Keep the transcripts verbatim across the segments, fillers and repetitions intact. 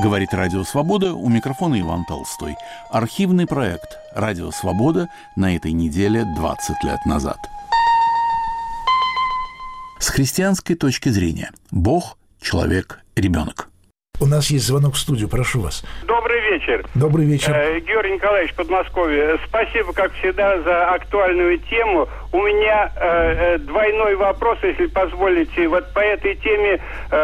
Говорит Радио Свобода, у микрофона Иван Толстой. Архивный проект «Радио Свобода» на этой неделе двадцать лет назад. С христианской точки зрения. Бог, человек, ребенок. У нас есть звонок в студию, прошу вас. Добрый вечер. Добрый вечер. Э, Георгий Николаевич, Подмосковье. Спасибо, как всегда, за актуальную тему. У меня э, двойной вопрос, если позволите. Вот по этой теме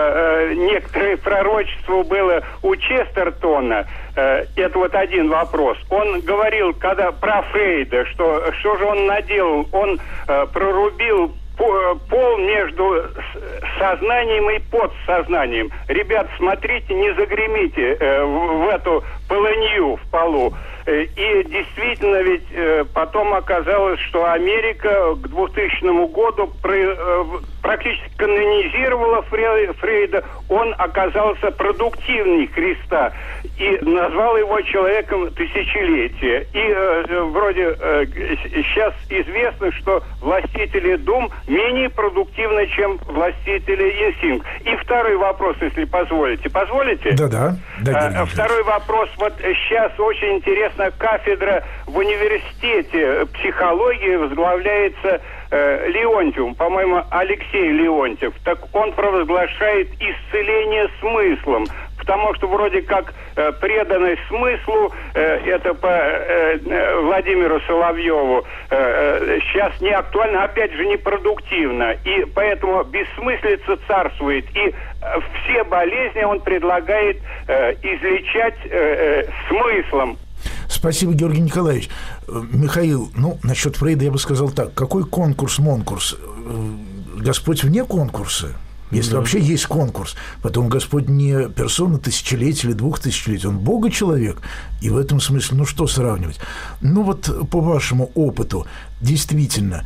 э, некоторое пророчество было у Честертона. Э, это вот один вопрос. Он говорил, когда про Фрейда, что, что же он наделал? Он э, прорубил пол между сознанием и подсознанием. Ребят, смотрите, не загремите э, в, в эту полынью в полу. Э, и действительно, ведь э, потом оказалось, что Америка к двухтысячному году про, э, практически канонизировала Фре, Фрейда. Он оказался продуктивней Христа и назвал его человеком тысячелетия. И э, вроде э, сейчас известно, что властители дум менее продуктивны, чем властители инстинкт. И второй вопрос, если позволите. Позволите? Да-да. А, второй вопрос. Вот сейчас очень интересно, кафедра в университете психологии возглавляется э, Леонтьевым, по-моему, Алексей Леонтьев. Так он провозглашает исцеление смыслом. Потому что вроде как э, преданность смыслу, э, это по э, Владимиру Соловьеву, э, э, сейчас не актуально, опять же, непродуктивно. И поэтому бессмыслица царствует. И э, все болезни он предлагает э, излечать э, э, смыслом. Спасибо, Георгий Николаевич. Михаил, ну, насчет Фрейда я бы сказал так. Какой конкурс-монкурс? Господь вне конкурса? Если да. вообще есть конкурс, потом Господь не персона тысячелетия или двух тысячелетий, Он Бога-человек, и в этом смысле, ну что сравнивать? Ну вот по вашему опыту, действительно,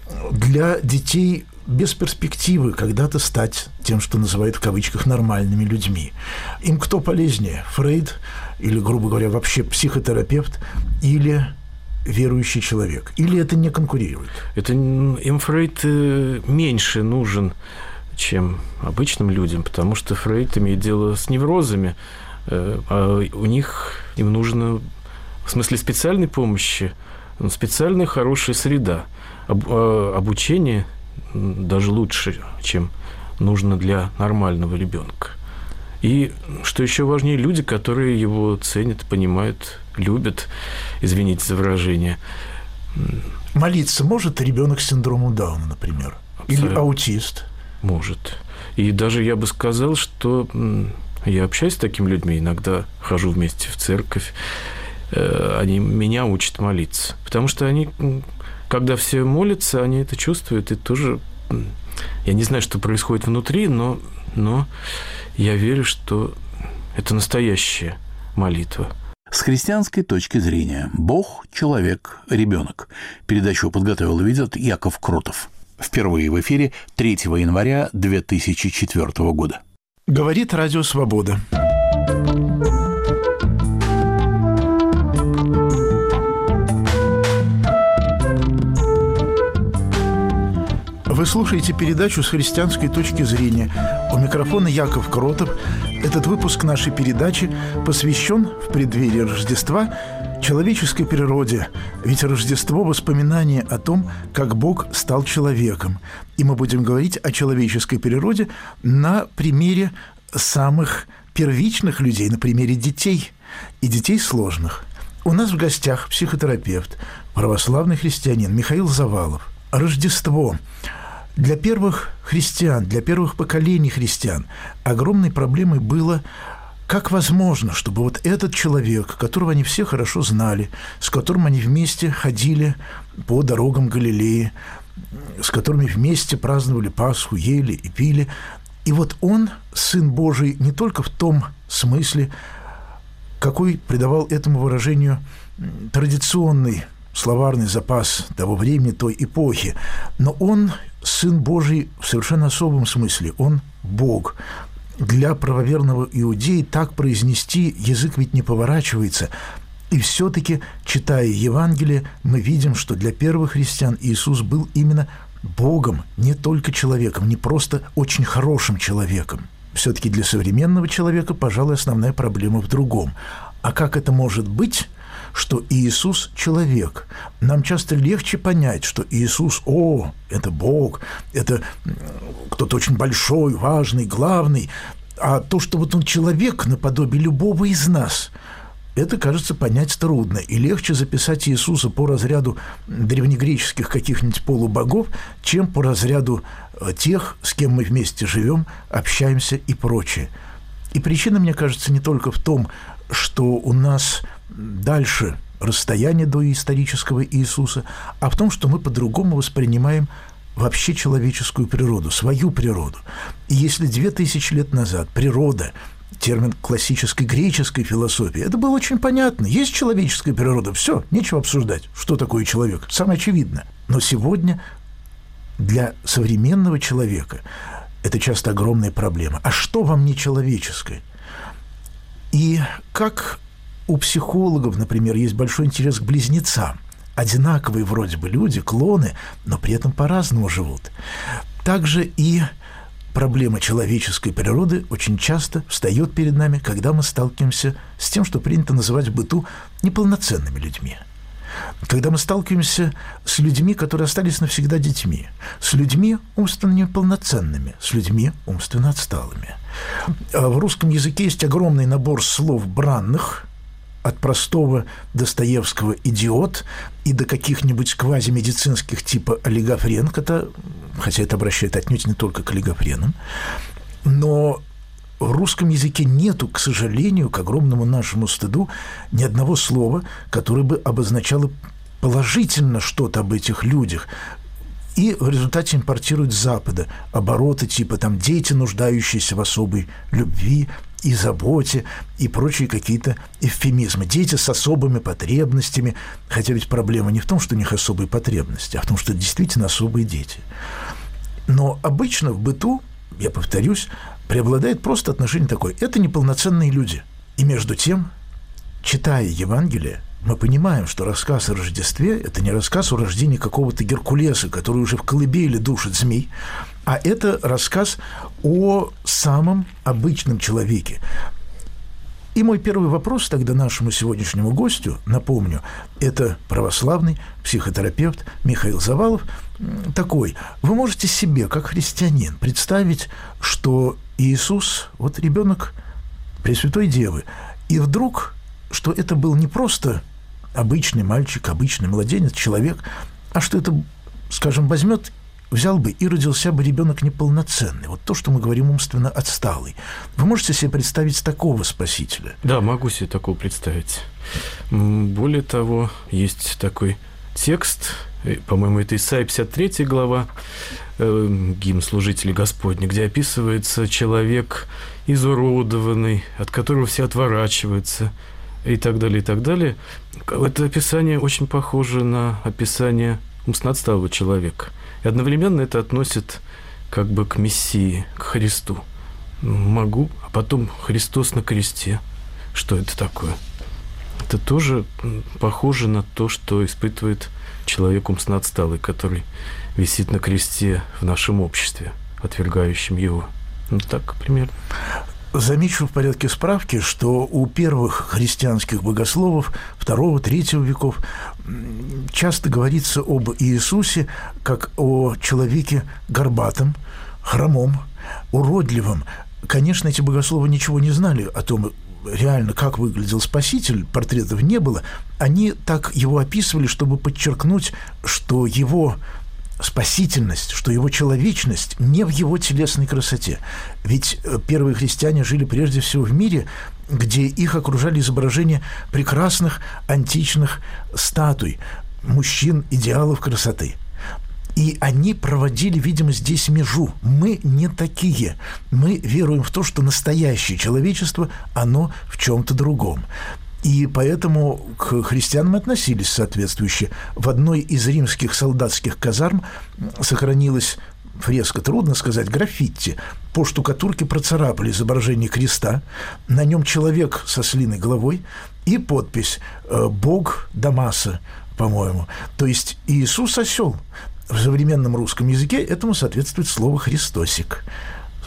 для детей без перспективы когда-то стать тем, что называют в кавычках нормальными людьми. Им кто полезнее? Фрейд или, грубо говоря, вообще психотерапевт или верующий человек? Или это не конкурирует? Это им Фрейд меньше нужен, чем обычным людям, потому что Фрейд имеет дело с неврозами, а у них им нужно, в смысле специальной помощи, специальная хорошая среда. Обучение даже лучше, чем нужно для нормального ребенка. И, что еще важнее, люди, которые его ценят, понимают, любят, извините за выражение. Молиться может ребенок с синдромом Дауна, например? Абсолютно. Или аутист? Может. И даже я бы сказал, что я общаюсь с такими людьми, иногда хожу вместе в церковь, они меня учат молиться. Потому что они, когда все молятся, они это чувствуют, и тоже, я не знаю, что происходит внутри, но, но я верю, что это настоящая молитва. С христианской точки зрения. Бог, человек, ребенок. Передачу подготовил и ведет Яков Кротов. Впервые в эфире третьего января две тысячи четвёртого года. Говорит Радио Свобода. Вы слушаете передачу «С христианской точки зрения». У микрофона Яков Кротов. Этот выпуск нашей передачи посвящен в преддверии Рождества человеческой природе. Ведь Рождество – воспоминание о том, как Бог стал человеком. И мы будем говорить о человеческой природе на примере самых первичных людей, на примере детей и детей сложных. У нас в гостях психотерапевт, православный христианин Михаил Завалов. Рождество. Для первых христиан, для первых поколений христиан огромной проблемой было, как возможно, чтобы вот этот человек, которого они все хорошо знали, с которым они вместе ходили по дорогам Галилеи, с которыми вместе праздновали Пасху, ели и пили, и вот он, Сын Божий, не только в том смысле, какой придавал этому выражению традиционный словарный запас того времени, той эпохи, но он Сын Божий в совершенно особом смысле, он Бог. Для правоверного иудея так произнести язык ведь не поворачивается. И все-таки, читая Евангелие, мы видим, что для первых христиан Иисус был именно Богом, не только человеком, не просто очень хорошим человеком. все-таки для современного человека, пожалуй, основная проблема в другом. А как это может быть, что Иисус – человек? Нам часто легче понять, что Иисус – о, это Бог, это кто-то очень большой, важный, главный. А то, что вот он человек наподобие любого из нас, это, кажется, понять трудно. И легче записать Иисуса по разряду древнегреческих каких-нибудь полубогов, чем по разряду тех, с кем мы вместе живем, общаемся и прочее. И причина, мне кажется, не только в том, что у нас дальше расстояние до исторического Иисуса, а в том, что мы по-другому воспринимаем вообще человеческую природу, свою природу. И если две тысячи лет назад природа, термин классической греческой философии, это было очень понятно. Есть человеческая природа, все, нечего обсуждать, что такое человек, самое очевидно. Но сегодня для современного человека это часто огромная проблема. А что во мне человеческое? И как у психологов, например, есть большой интерес к близнецам. Одинаковые вроде бы люди, клоны, но при этом по-разному живут. Также и проблема человеческой природы очень часто встает перед нами, когда мы сталкиваемся с тем, что принято называть в быту неполноценными людьми. Когда мы сталкиваемся с людьми, которые остались навсегда детьми, с людьми умственно неполноценными, с людьми умственно отсталыми. В русском языке есть огромный набор слов бранных, от простого Достоевского «идиот» и до каких-нибудь квазимедицинских типа олигофрен, хотя это обращает отнюдь не только к олигофренам. Но в русском языке нету, к сожалению, к огромному нашему стыду, ни одного слова, которое бы обозначало положительно что-то об этих людях. И в результате импортируют с Запада обороты типа там «дети, нуждающиеся в особой любви», и заботе, и прочие какие-то эвфемизмы. Дети с особыми потребностями, хотя ведь проблема не в том, что у них особые потребности, а в том, что действительно особые дети. Но обычно в быту, я повторюсь, преобладает просто отношение такое. Это неполноценные люди. И между тем, читая Евангелие, мы понимаем, что рассказ о Рождестве – это не рассказ о рождении какого-то Геркулеса, который уже в колыбели душит змей, а это рассказ о самом обычном человеке. И мой первый вопрос тогда нашему сегодняшнему гостю, напомню, это православный психотерапевт Михаил Завалов, такой. Вы можете себе, как христианин, представить, что Иисус, вот ребенок Пресвятой Девы, и вдруг, что это был не просто обычный мальчик, обычный младенец, человек, а что это, скажем, возьмет, взял бы и родился бы ребенок неполноценный. Вот то, что мы говорим умственно отсталый. Вы можете себе представить такого спасителя? Да, могу себе такого представить. Более того, есть такой текст, по-моему, это Исайя пятьдесят третья глава, гимн «Служители Господни», где описывается человек изуродованный, от которого все отворачиваются, и так далее, и так далее. Это описание очень похоже на описание умственно отсталого человека. И одновременно это относит как бы к Мессии, к Христу. Могу, а потом Христос на кресте. Что это такое? Это тоже похоже на то, что испытывает человек умственно отсталый, который висит на кресте в нашем обществе, отвергающем его. Ну, так, примерно. Замечу в порядке справки, что у первых христианских богословов второго, третьего веков часто говорится об Иисусе как о человеке горбатом, хромом, уродливом. Конечно, эти богословы ничего не знали о том, реально, как выглядел Спаситель, портретов не было. Они так его описывали, чтобы подчеркнуть, что его спасительность, что его человечность не в его телесной красоте. Ведь первые христиане жили прежде всего в мире, где их окружали изображения прекрасных античных статуй, мужчин, идеалов красоты. И они проводили, видимо, здесь межу. Мы не такие. Мы веруем в то, что настоящее человечество, оно в чем-то другом. И поэтому к христианам относились соответствующе. В одной из римских солдатских казарм сохранилась фреска, трудно сказать, граффити. По штукатурке процарапали изображение креста, на нем человек со слиной головой и подпись «Бог Дамаса», по-моему. То есть Иисус осел. В современном русском языке этому соответствует слово «Христосик».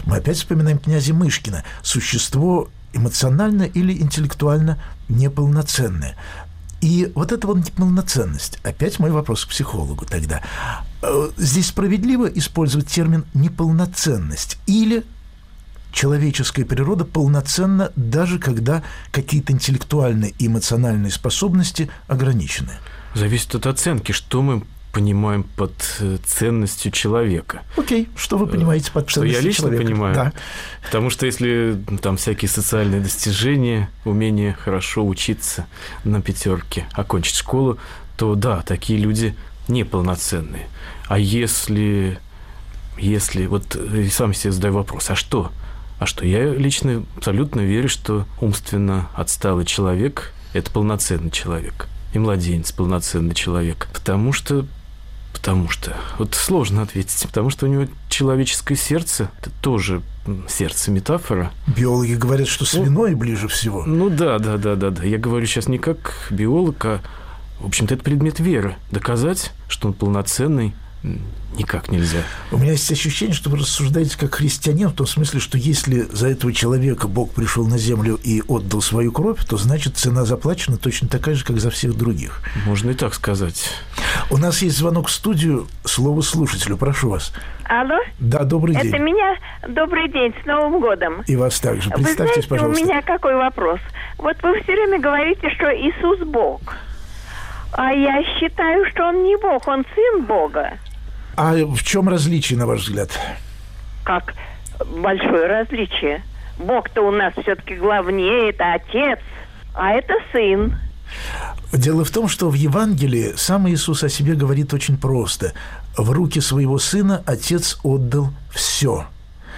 Мы опять вспоминаем князя Мышкина. Существо эмоционально или интеллектуально неполноценное. И вот эта вот неполноценность. Опять мой вопрос к психологу тогда. Здесь справедливо использовать термин «неполноценность» или человеческая природа полноценна, даже когда какие-то интеллектуальные и эмоциональные способности ограничены? Зависит от оценки, что мы понимаем под ценностью человека. Окей, что вы понимаете под что ценностью человека? Что я лично человека? понимаю. Да. Потому что если там всякие социальные достижения, умение хорошо учиться на пятерке, окончить школу, то да, такие люди неполноценные. А если, если вот я сам себе задаю вопрос, а что? А что? Я лично абсолютно верю, что умственно отсталый человек – это полноценный человек. И младенец – полноценный человек. Потому что, потому что, вот сложно ответить, потому что у него человеческое сердце – это тоже сердце, метафора. Биологи говорят, что свиное ну, ближе всего. Ну да, да, да, да, да. Я говорю сейчас не как биолог, а, в общем-то, это предмет веры. Доказать, что он полноценный, никак нельзя. У меня есть ощущение, что вы рассуждаете как христианин, в том смысле, что если за этого человека Бог пришел на землю и отдал свою кровь, то значит цена заплачена точно такая же, как за всех других. Можно и так сказать. У нас есть звонок в студию. Слово слушателю. Прошу вас. Алло? Да, добрый день. Это меня. Добрый день, с Новым годом. И вас также. Представьтесь, вы знаете, пожалуйста. У меня какой вопрос. Вот вы все время говорите, что Иисус Бог. А я считаю, что Он не Бог, Он Сын Бога. А в чем различие, на ваш взгляд? Как большое различие. Бог-то у нас все-таки главнее, это Отец, а это Сын. Дело в том, что в Евангелии сам Иисус о себе говорит очень просто. В руки своего Сына Отец отдал все.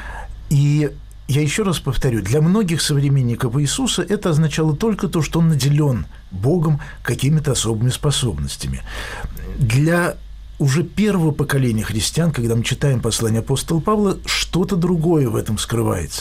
И я еще раз повторю, для многих современников Иисуса это означало только то, что Он наделен Богом какими-то особыми способностями. Для уже первого поколения христиан, когда мы читаем послание апостола Павла, что-то другое в этом скрывается.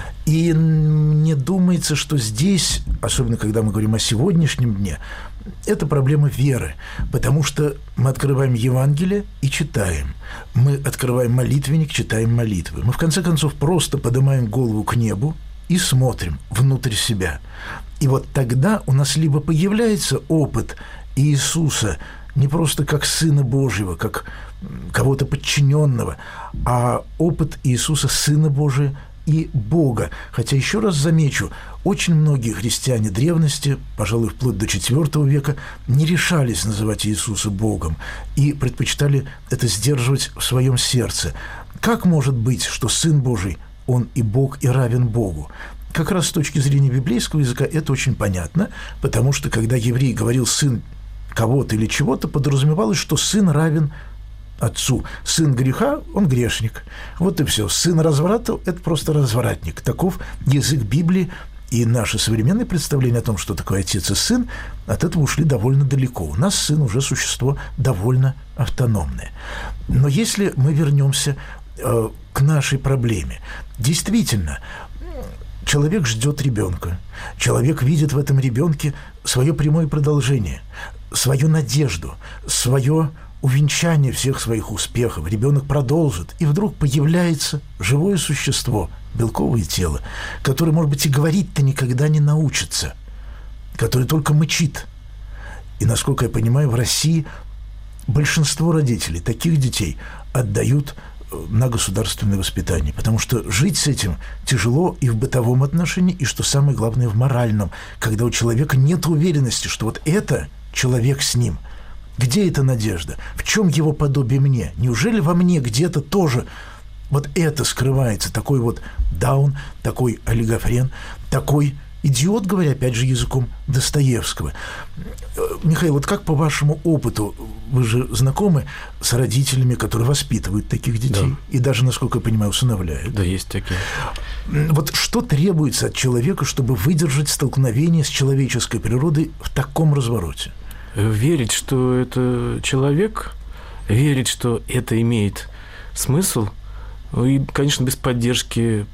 И мне думается, что здесь, особенно когда мы говорим о сегодняшнем дне, это проблема веры, потому что мы открываем Евангелие и читаем. Мы открываем молитвенник, читаем молитвы. Мы, в конце концов, просто поднимаем голову к небу и смотрим внутрь себя. И вот тогда у нас либо появляется опыт Иисуса не просто как Сына Божьего, как кого-то подчиненного, а опыт Иисуса Сына Божия и Бога. Хотя, еще раз замечу, очень многие христиане древности, пожалуй, вплоть до четвёртого века, не решались называть Иисуса Богом и предпочитали это сдерживать в своем сердце. Как может быть, что Сын Божий, Он и Бог, и равен Богу? Как раз с точки зрения библейского языка это очень понятно, потому что, когда еврей говорил «сын кого-то или чего-то», подразумевалось, что сын равен отцу. Сын греха – он грешник. Вот и все. Сын разврата – это просто развратник. Таков язык Библии, и наше современное представление о том, что такое отец и сын, от этого ушли довольно далеко. У нас сын уже существо довольно автономное. Но если мы вернемся э, к нашей проблеме, действительно, человек ждет ребенка. Человек видит в этом ребенке свое прямое продолжение, свою надежду, свое увенчание всех своих успехов. Ребенок продолжит, и вдруг появляется живое существо, белковое тело, которое, может быть, и говорить-то никогда не научится, которое только мычит. И, насколько я понимаю, в России большинство родителей таких детей отдают на государственное воспитание, потому что жить с этим тяжело и в бытовом отношении, и, что самое главное, в моральном, когда у человека нет уверенности, что вот это человек с ним. Где эта надежда? В чем его подобие мне? Неужели во мне где-то тоже вот это скрывается? Такой вот даун, такой олигофрен, такой идиот, говоря опять же языком Достоевского. Михаил, вот как по вашему опыту, вы же знакомы с родителями, которые воспитывают таких детей, да, и даже, насколько я понимаю, усыновляют? Да, есть такие. Вот что требуется от человека, чтобы выдержать столкновение с человеческой природой в таком развороте? Верить, что это человек, верить, что это имеет смысл, и, конечно, без поддержки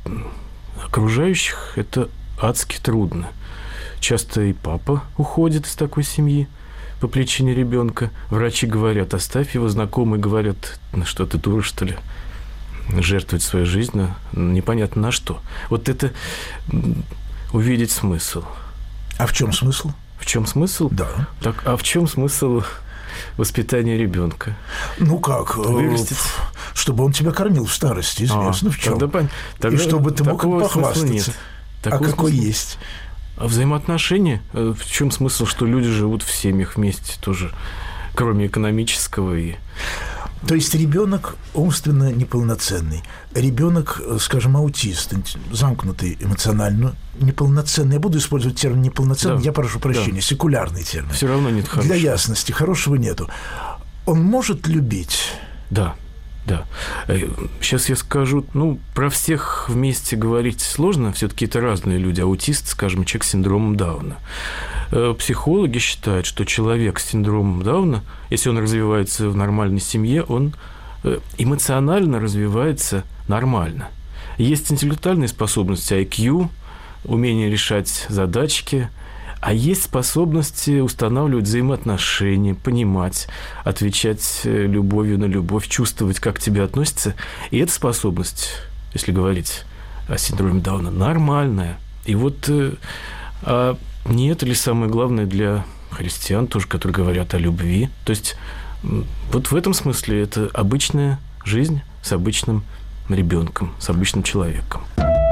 окружающих это адски трудно. Часто и папа уходит из такой семьи по причине ребенка. Врачи говорят: оставь его, знакомые говорят: ну что, ты дура, что ли? жертвовать своей жизнью непонятно на что. Вот это увидеть смысл. А в чем смысл? В чем смысл? Да. Так, а в чем смысл воспитания ребенка? Ну как? Вырастить. Чтобы он тебя кормил в старости, известно а, в чем. Тогда, тогда, и чтобы ты мог им похвастаться. Нет. А какой смысла есть? А взаимоотношения? В чем смысл, что люди живут в семьях вместе тоже, кроме экономического и... То есть ребенок умственно неполноценный, ребенок, скажем, аутист, замкнутый эмоционально, неполноценный. Я буду использовать термин неполноценный, да, я прошу прощения, да. секулярный термин. Все равно нет хорошего. Для ясности, хорошего нету. Он может любить? Да. Да. Сейчас я скажу, ну, про всех вместе говорить сложно, все-таки это разные люди. Аутист, скажем, человек с синдромом Дауна. Психологи считают, что человек с синдромом Дауна, если он развивается в нормальной семье, он эмоционально развивается нормально. Есть интеллектуальные способности, ай кью, умение решать задачки, а есть способности устанавливать взаимоотношения, понимать, отвечать любовью на любовь, чувствовать, как к тебе относятся. И эта способность, если говорить о синдроме Дауна, нормальная. И вот а не это ли самое главное для христиан, тоже, которые говорят о любви? То есть вот в этом смысле это обычная жизнь с обычным ребенком, с обычным человеком.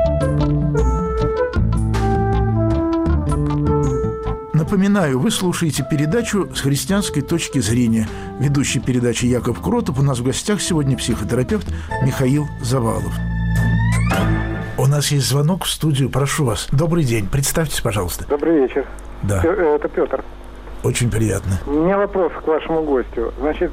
Напоминаю, вы слушаете передачу «С христианской точки зрения». Ведущий передачи Яков Кротов. У нас в гостях сегодня психотерапевт Михаил Завалов. У нас есть звонок в студию. Прошу вас. Добрый день. Представьтесь, пожалуйста. Добрый вечер. Да. Это Петр. Очень приятно. У меня вопрос к вашему гостю. Значит,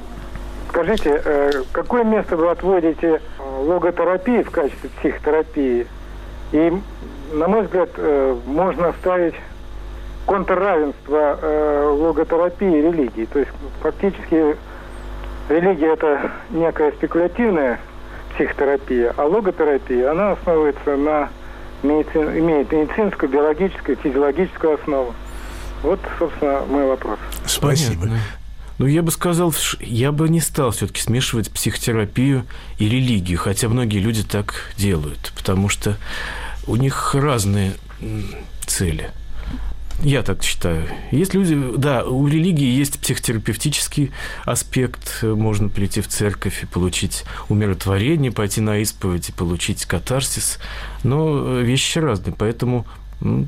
скажите, какое место вы отводите логотерапии в качестве психотерапии? И, на мой взгляд, можно ставить контрравенство э, логотерапии и религии. То есть фактически религия – это некая спекулятивная психотерапия, а логотерапия, она основывается на медицин, имеет медицинскую, биологическую, физиологическую основу. Вот, собственно, мой вопрос. Спасибо. Понятно. Ну, я бы сказал, я бы не стал все-таки смешивать психотерапию и религию, хотя многие люди так делают, потому что у них разные цели. Я так считаю. Есть люди, да, у религии есть психотерапевтический аспект. Можно прийти в церковь и получить умиротворение, пойти на исповедь и получить катарсис. Но вещи разные, поэтому ну,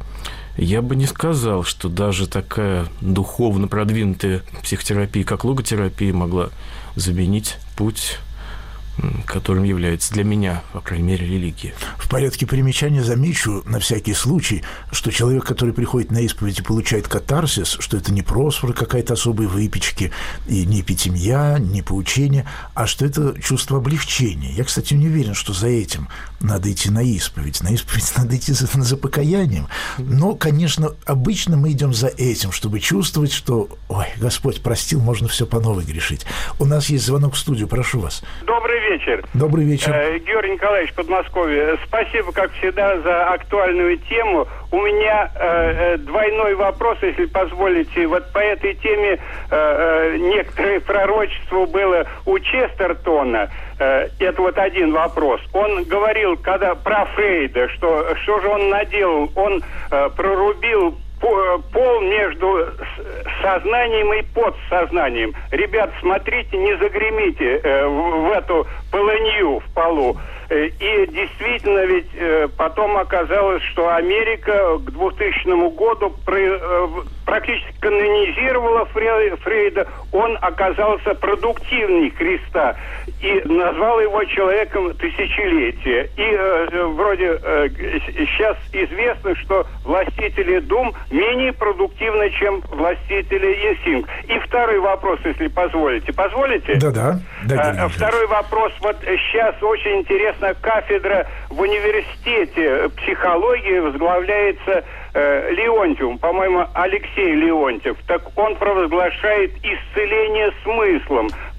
я бы не сказал, что даже такая духовно продвинутая психотерапия, как логотерапия, могла заменить путь, которым является для меня, по крайней мере, религия. В порядке примечания замечу на всякий случай, что человек, который приходит на исповедь и получает катарсис, что это не просфора какая-то особой выпечки, и не эпитемия, не поучение, а что это чувство облегчения. Я, кстати, не уверен, что за этим надо идти на исповедь. На исповедь надо идти за, за покаянием. Но, конечно, обычно мы идем за этим, чтобы чувствовать, что, ой, Господь простил, можно все по новой грешить. У нас есть звонок в студию, прошу вас. Добрый вечер. Добрый вечер. Э, Георгий Николаевич, Подмосковье. Спасибо, как всегда, за актуальную тему. У меня э, двойной вопрос, если позволите. Вот по этой теме э, э, некоторое пророчество было у Честертона. Э, это вот один вопрос. Он говорил, когда про Фрейда, что, что же он наделал? Он э, прорубил пол между сознанием и подсознанием. Ребят, смотрите, не загремите э, в, в эту полынью в полу. Э, и действительно, ведь э, потом оказалось, что Америка к двухтысячному году про, э, практически канонизировала Фре, Фрейда. Он оказался продуктивнее Христа и назвал его человеком тысячелетия. И э, вроде э, сейчас известно, что властители дум менее продуктивны, чем властители инстинкт. И второй вопрос, если позволите. Позволите? Да-да. А, второй вопрос. Вот сейчас очень интересно, кафедра в университете психологии возглавляется э, Леонтьевым, по-моему, Алексей Леонтьев. Так он провозглашает исцеление смыслом.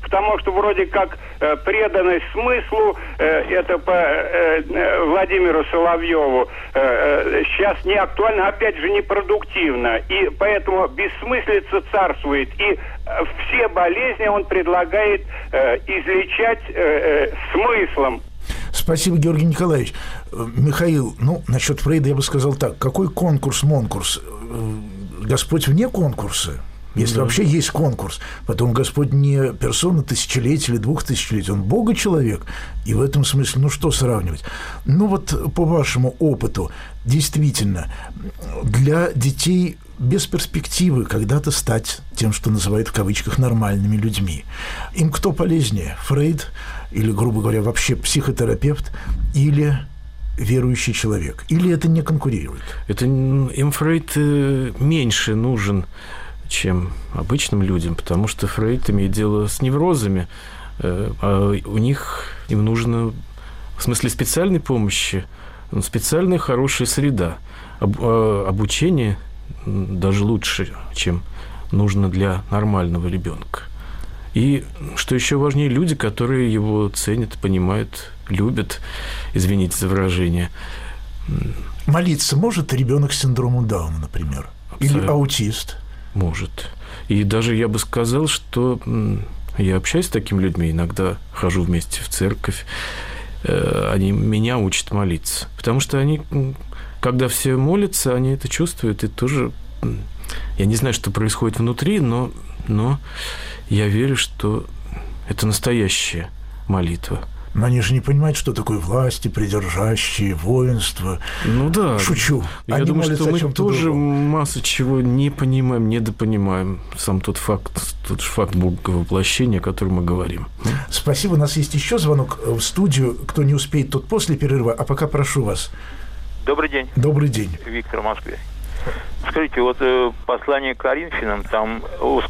потому что вроде как э, преданность смыслу, э, это по э, э, Владимиру Соловьеву, э, э, сейчас не актуально, опять же, непродуктивно. И поэтому бессмыслица царствует. И э, все болезни он предлагает э, излечать э, э, смыслом. Спасибо, Георгий Николаевич. Михаил, ну, насчет Фрейда я бы сказал так. Какой конкурс-монкурс? Господь вне конкурса? Если да. вообще есть конкурс. Потом Господь не персона тысячелетия или двух тысячелетий, он Бога-человек. И в этом смысле, ну, что сравнивать? Ну, вот по вашему опыту, действительно, для детей без перспективы когда-то стать тем, что называют в кавычках нормальными людьми. Им кто полезнее? Фрейд или, грубо говоря, вообще психотерапевт или верующий человек? Или это не конкурирует? Это им Фрейд меньше нужен, чем обычным людям, потому что Фрейд имеет дело с неврозами, а у них им нужно, в смысле специальной помощи, специальная хорошая среда, обучение даже лучше, чем нужно для нормального ребенка. И, что еще важнее, люди, которые его ценят, понимают, любят, извините за выражение. Молиться может ребенок с синдромом Дауна, например? Абсолютно. Или аутист? Может. И даже я бы сказал, что я общаюсь с такими людьми, иногда хожу вместе в церковь, они меня учат молиться. Потому что они, когда все молятся, они это чувствуют, и тоже... Я не знаю, что происходит внутри, но, но я верю, что это настоящая молитва. Но они же не понимают, что такое власти, придержащие, воинство. Ну да. Шучу. Я они думаю, что мы тоже другому. массу чего не понимаем, недопонимаем. Сам тот факт, тот факт Боговоплощения, о котором мы говорим. Спасибо. У нас есть еще звонок в студию. Кто не успеет, тот после перерыва. А пока прошу вас. Добрый день. Добрый день. Виктор, Москве. Скажите, вот э, послание к Коринфянам, там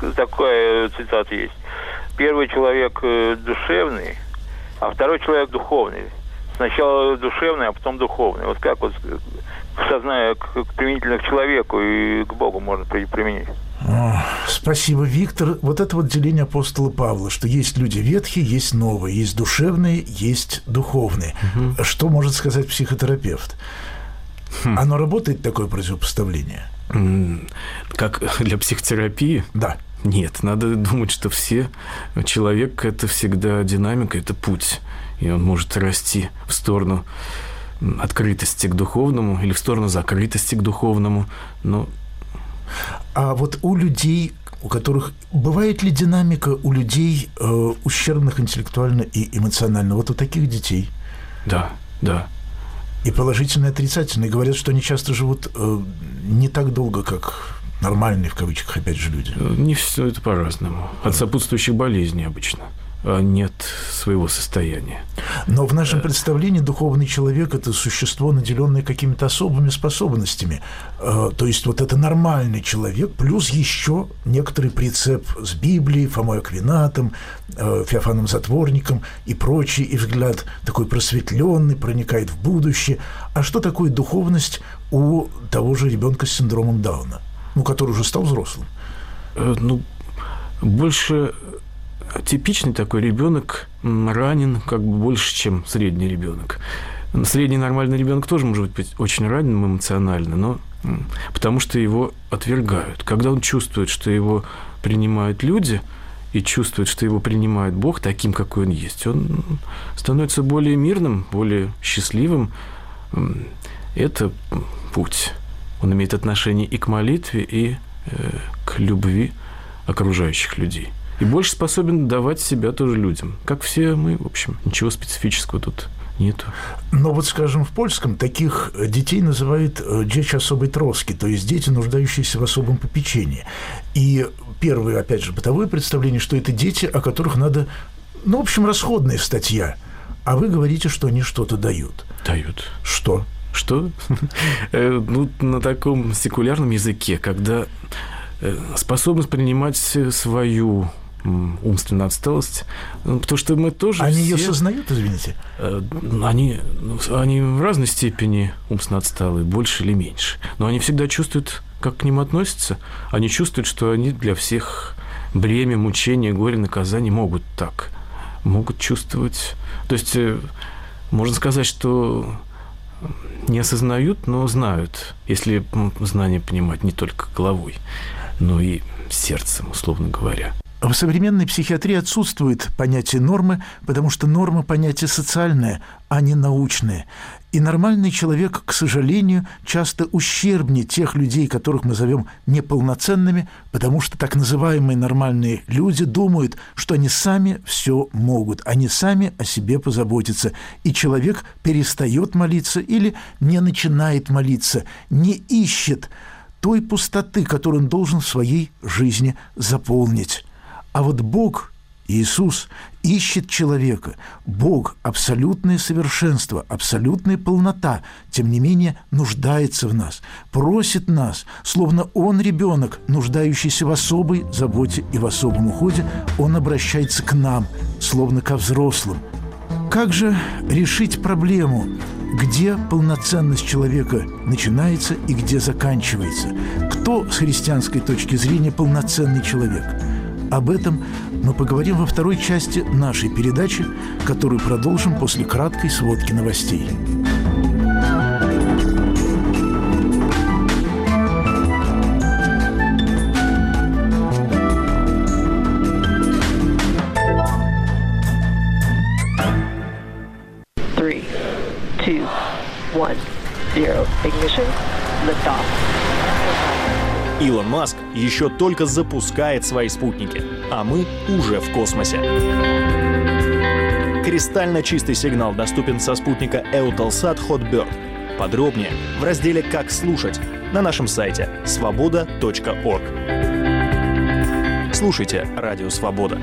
такая цитата есть. Первый человек э, душевный, а второй человек духовный. Сначала душевный, а потом духовный. Вот как вот сознание к, к применительно к человеку и к Богу можно применить? О, спасибо, Виктор. Вот это вот деление апостола Павла, что есть люди ветхие, есть новые, есть душевные, есть духовные. Угу. Что может сказать психотерапевт? Хм. Оно работает, такое противопоставление? Как для психотерапии? Да. Нет, надо думать, что все... Человек – это всегда динамика, это путь. И он может расти в сторону открытости к духовному или в сторону закрытости к духовному. Но... А вот у людей, у которых... Бывает ли динамика у людей, э, ущербных интеллектуально и эмоционально? Вот у таких детей? Да, да. И положительные, и отрицательные. Говорят, что они часто живут э, не так долго, как нормальные, в кавычках, опять же, люди. Не все это по-разному. От сопутствующих болезней обычно, а нет своего состояния. Но в нашем представлении духовный человек – это существо, наделенное какими-то особыми способностями. Э, то есть вот это нормальный человек, плюс еще некоторый прицеп с Библией, Фомой Аквинатом, э, Феофаном Затворником и прочий, и взгляд такой просветленный, проникает в будущее. А что такое духовность у того же ребенка с синдромом Дауна, ну, который уже стал взрослым? Э, ну, больше... Типичный такой ребенок ранен как бы больше, чем средний ребенок. Средний нормальный ребенок тоже может быть очень ранен эмоционально, но потому что его отвергают. Когда он чувствует, что его принимают люди, и чувствует, что его принимает Бог таким, какой он есть, он становится более мирным, более счастливым. Это путь. Он имеет отношение и к молитве, и к любви окружающих людей. И больше способен давать себя тоже людям. Как все мы, в общем, ничего специфического тут нету. Но вот, скажем, в польском таких детей называют «dzieci особой troski», то есть дети, нуждающиеся в особом попечении. И первое, опять же, бытовое представление, что это дети, о которых надо, ну, в общем, расходная статья. А вы говорите, что они что-то дают. Дают. Что? Что? Ну, на таком секулярном языке, когда способность принимать свою умственную отсталость, потому что мы тоже Они все... ее сознают, извините? Они, они в разной степени умственно отсталые, больше или меньше. Но они всегда чувствуют, как к ним относятся. Они чувствуют, что они для всех бремя, мучения, горе, наказание могут так, могут чувствовать. То есть можно сказать, что не осознают, но знают, если знание понимать не только головой, но и сердцем, условно говоря. В современной психиатрии отсутствует понятие нормы, потому что норма – понятие социальное, а не научное. И нормальный человек, к сожалению, часто ущербнее тех людей, которых мы зовем неполноценными, потому что так называемые нормальные люди думают, что они сами все могут, они сами о себе позаботятся. И человек перестает молиться или не начинает молиться, не ищет той пустоты, которую он должен в своей жизни заполнить. А вот Бог, Иисус, ищет человека. Бог – абсолютное совершенство, абсолютная полнота, тем не менее нуждается в нас, просит нас, словно Он ребенок, нуждающийся в особой заботе и в особом уходе, Он обращается к нам, словно ко взрослым. Как же решить проблему, где полноценность человека начинается и где заканчивается? Кто с христианской точки зрения полноценный человек? Об этом мы поговорим во второй части нашей передачи, которую продолжим после краткой сводки новостей. Three, two, one, zero. Ignition. Liftoff. Илон Маск еще только запускает свои спутники, а мы уже в космосе. Кристально чистый сигнал доступен со спутника Eutelsat Hotbird. Подробнее в разделе «Как слушать» на нашем сайте свобода точка орг. Слушайте Радио Свобода.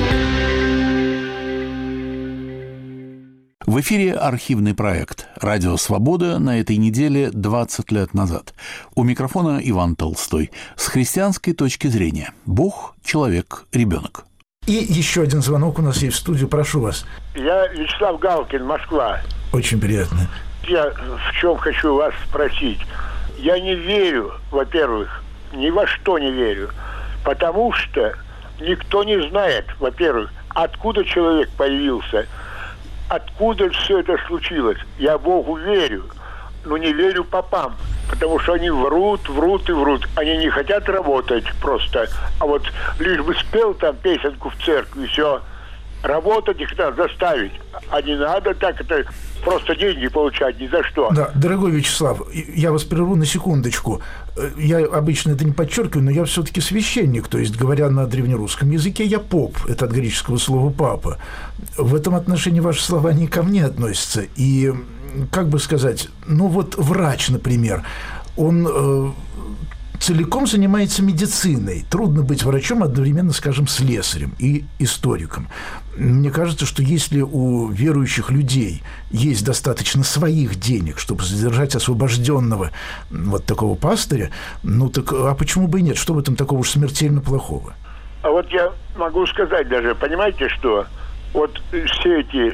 В эфире архивный проект «Радио Свобода» на этой неделе двадцать лет назад. У микрофона Иван Толстой. С христианской точки зрения. Бог, человек, ребенок. И еще один звонок у нас есть в студию. Прошу вас. Я Вячеслав Галкин, Москва. Очень приятно. Я в чем хочу вас спросить. Я не верю, во-первых, ни во что не верю, потому что никто не знает, во-первых, откуда человек появился, откуда все это случилось. Я Богу верю, но не верю попам, потому что они врут, врут и врут. Они не хотят работать просто, а вот лишь бы спел там песенку в церкви, все. Работать их надо заставить, а не надо так это просто деньги получать ни за что. Да, дорогой Вячеслав, я вас прерву на секундочку. Я обычно это не подчеркиваю, но я все-таки священник, то есть, говоря на древнерусском языке, я поп, это от греческого слова «папа». В этом отношении ваши слова не ко мне относятся. И, как бы сказать, ну вот врач, например, он э, целиком занимается медициной. Трудно быть врачом одновременно, скажем, слесарем и историком. Мне кажется, что если у верующих людей есть достаточно своих денег, чтобы содержать освобожденного вот такого пастыря, ну так а почему бы и нет? Что в этом такого уж смертельно плохого? А вот я могу сказать даже, понимаете, что вот все эти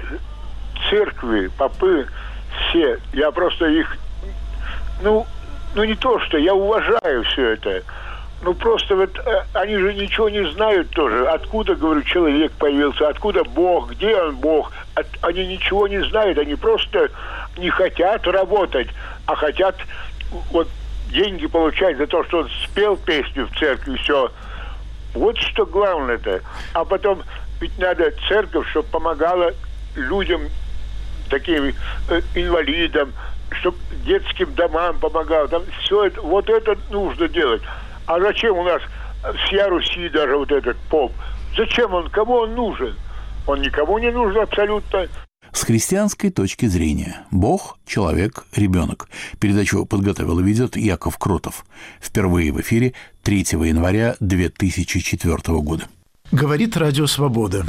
церкви, попы, все, я просто их, ну, ну не то, что я уважаю все это. Ну, просто вот они же ничего не знают тоже. Откуда, говорю, человек появился, откуда Бог, где он Бог. От, они ничего не знают, они просто не хотят работать, а хотят вот деньги получать за то, что он спел песню в церкви, все. Вот что главное-то. А потом ведь надо церковь, чтобы помогала людям, таким э, инвалидам, чтобы детским домам помогала. Там все это, вот это нужно делать. А зачем у нас всея Руси даже вот этот поп? Зачем он? Кому он нужен? Он никому не нужен абсолютно. С христианской точки зрения. Бог, человек, ребенок. Передачу подготовил и ведет Яков Кротов. Впервые в эфире третьего января две тысячи четвёртого года. Говорит Радио Свобода.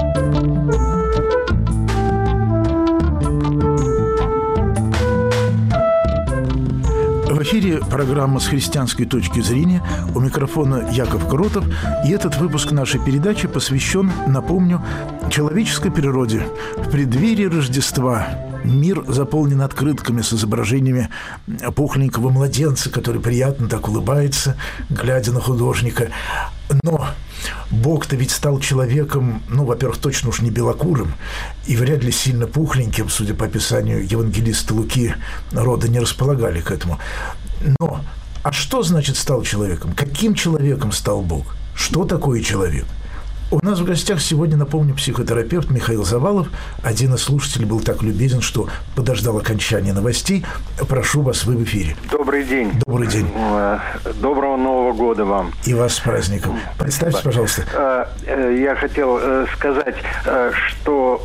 В эфире программа «С христианской точки зрения». У микрофона Яков Кротов. И этот выпуск нашей передачи посвящен, напомню, человеческой природе. В преддверии Рождества Мир заполнен открытками с изображениями пухленького младенца, который приятно так улыбается, глядя на художника. Но Бог-то ведь стал человеком, ну, во-первых, точно уж не белокурым и вряд ли сильно пухленьким, судя по описанию евангелиста Луки, рода не располагали к этому. Но а что значит стал человеком? Каким человеком стал Бог? Что такое человек? У нас в гостях сегодня, напомню, психотерапевт Михаил Завалов. Один из слушателей был так любезен, что подождал окончания новостей. Прошу вас, вы в эфире. Добрый день. Добрый день. Доброго Нового года вам. И вас с праздником. Представьтесь, пожалуйста. Я хотел сказать, что,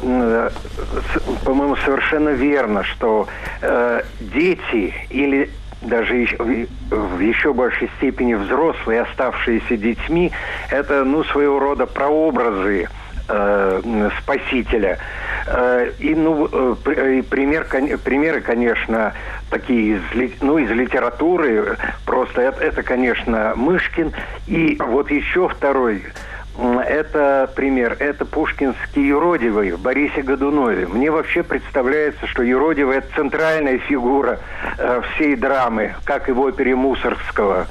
по-моему, совершенно верно, что дети или даже в еще большей степени взрослые, оставшиеся детьми, это, ну, своего рода прообразы э, Спасителя. Э, и, ну, э, пример, примеры, конечно, такие из, ну, из литературы, просто это, это, конечно, Мышкин. И вот еще второй... Это пример, это пушкинский Юродивый в Борисе Годунове. Мне вообще представляется, что Юродивый – это центральная фигура э, всей драмы, как и в опере Мусоргского.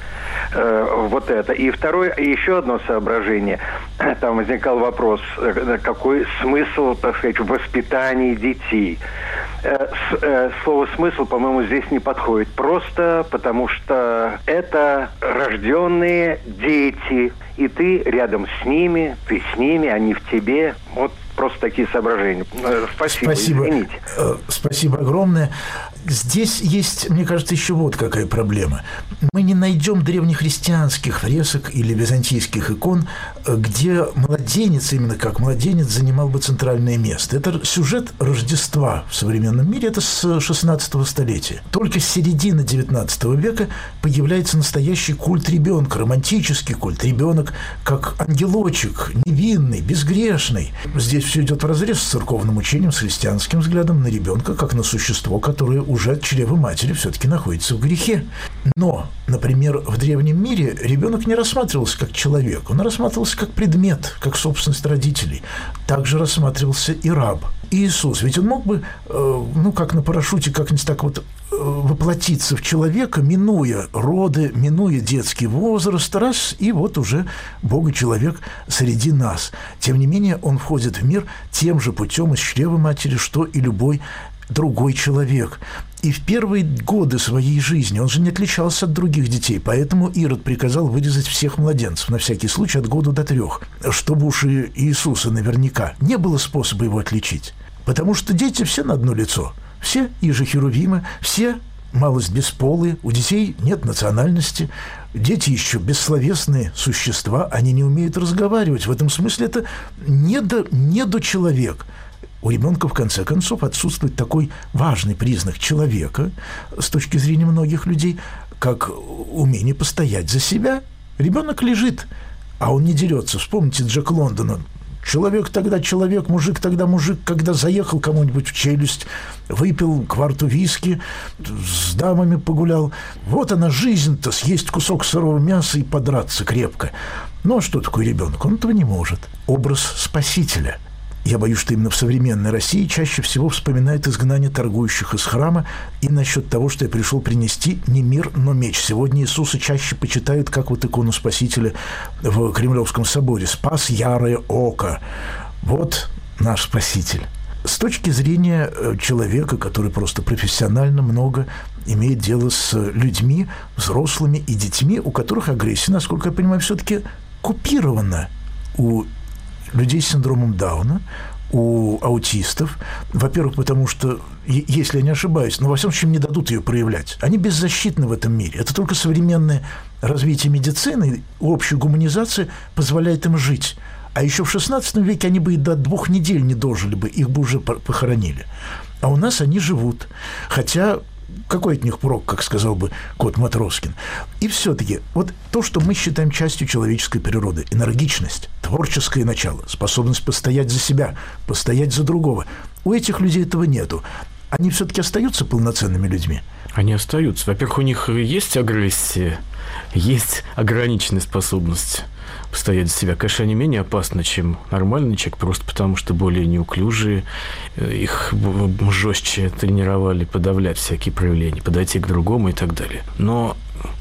Э, вот это. И второе, еще одно соображение. Там возникал вопрос, э, какой смысл, так сказать, в воспитании детей. Э, с, э, слово «смысл», по-моему, здесь не подходит. Просто потому что это рожденные дети, и ты рядом с ними, ты с ними, они в тебе. Вот просто такие соображения. Спасибо, Спасибо. Извините. Спасибо огромное. Здесь есть, мне кажется, еще вот какая проблема. Мы не найдем древнехристианских фресок или византийских икон, где младенец, именно как младенец, занимал бы центральное место. Это сюжет Рождества в современном мире, это с шестнадцатого столетия. Только с середины девятнадцатого века появляется настоящий культ ребенка, романтический культ. Ребенок как ангелочек, невинный, безгрешный. Здесь все идет вразрез с церковным учением, с христианским взглядом на ребенка, как на существо, которое уже от чрева матери все-таки находится в грехе. Но, например, в древнем мире ребенок не рассматривался как человек, он рассматривался как предмет, как собственность родителей. Также рассматривался и раб. Иисус, ведь он мог бы, э, ну, как на парашюте, как-нибудь так вот э, воплотиться в человека, минуя роды, минуя детский возраст, раз, и вот уже Бог и человек среди нас. Тем не менее, он входит в мир тем же путем из чрева матери, что и любой другой человек. И в первые годы своей жизни он же не отличался от других детей, поэтому Ирод приказал вырезать всех младенцев, на всякий случай от года до трех, чтобы уж и Иисуса наверняка не было способа его отличить. Потому что дети все на одно лицо, все иже херувимы, все малость бесполые, у детей нет национальности, дети еще бессловесные существа, они не умеют разговаривать. В этом смысле это недо, недочеловек. У ребенка, в конце концов, отсутствует такой важный признак человека с точки зрения многих людей, как умение постоять за себя. Ребенок лежит, а он не дерется. Вспомните Джек Лондона. Человек тогда человек, мужик тогда мужик, когда заехал кому-нибудь в челюсть, выпил кварту виски, с дамами погулял. Вот она жизнь-то, съесть кусок сырого мяса и подраться крепко. Ну а что такое ребенок? Он этого не может. Образ спасителя. Я боюсь, что именно в современной России чаще всего вспоминает изгнание торгующих из храма и насчет того, что я пришел принести не мир, но меч. Сегодня Иисуса чаще почитают, как вот икону Спасителя в Кремлевском соборе. «Спас ярое око». Вот наш Спаситель. С точки зрения человека, который просто профессионально много имеет дело с людьми, взрослыми и детьми, у которых агрессия, насколько я понимаю, все-таки купирована у людей с синдромом Дауна, у аутистов. Во-первых, потому что, если я не ошибаюсь, но во всем случае не дадут ее проявлять. Они беззащитны в этом мире. Это только современное развитие медицины, общая гуманизация позволяет им жить. А еще в шестнадцатом веке они бы и до двух недель не дожили бы, их бы уже похоронили. А у нас они живут. Хотя какой от них прок, как сказал бы кот Матроскин. И все-таки вот то, что мы считаем частью человеческой природы, энергичность, творческое начало, способность постоять за себя, постоять за другого, у этих людей этого нету. Они все-таки остаются полноценными людьми. Они остаются. Во-первых, у них есть агрессия, есть ограниченная способность постоять за себя. Конечно, они менее опасны, чем нормальный человек, просто потому что более неуклюжие, их жестче тренировали подавлять всякие проявления, подойти к другому и так далее. Но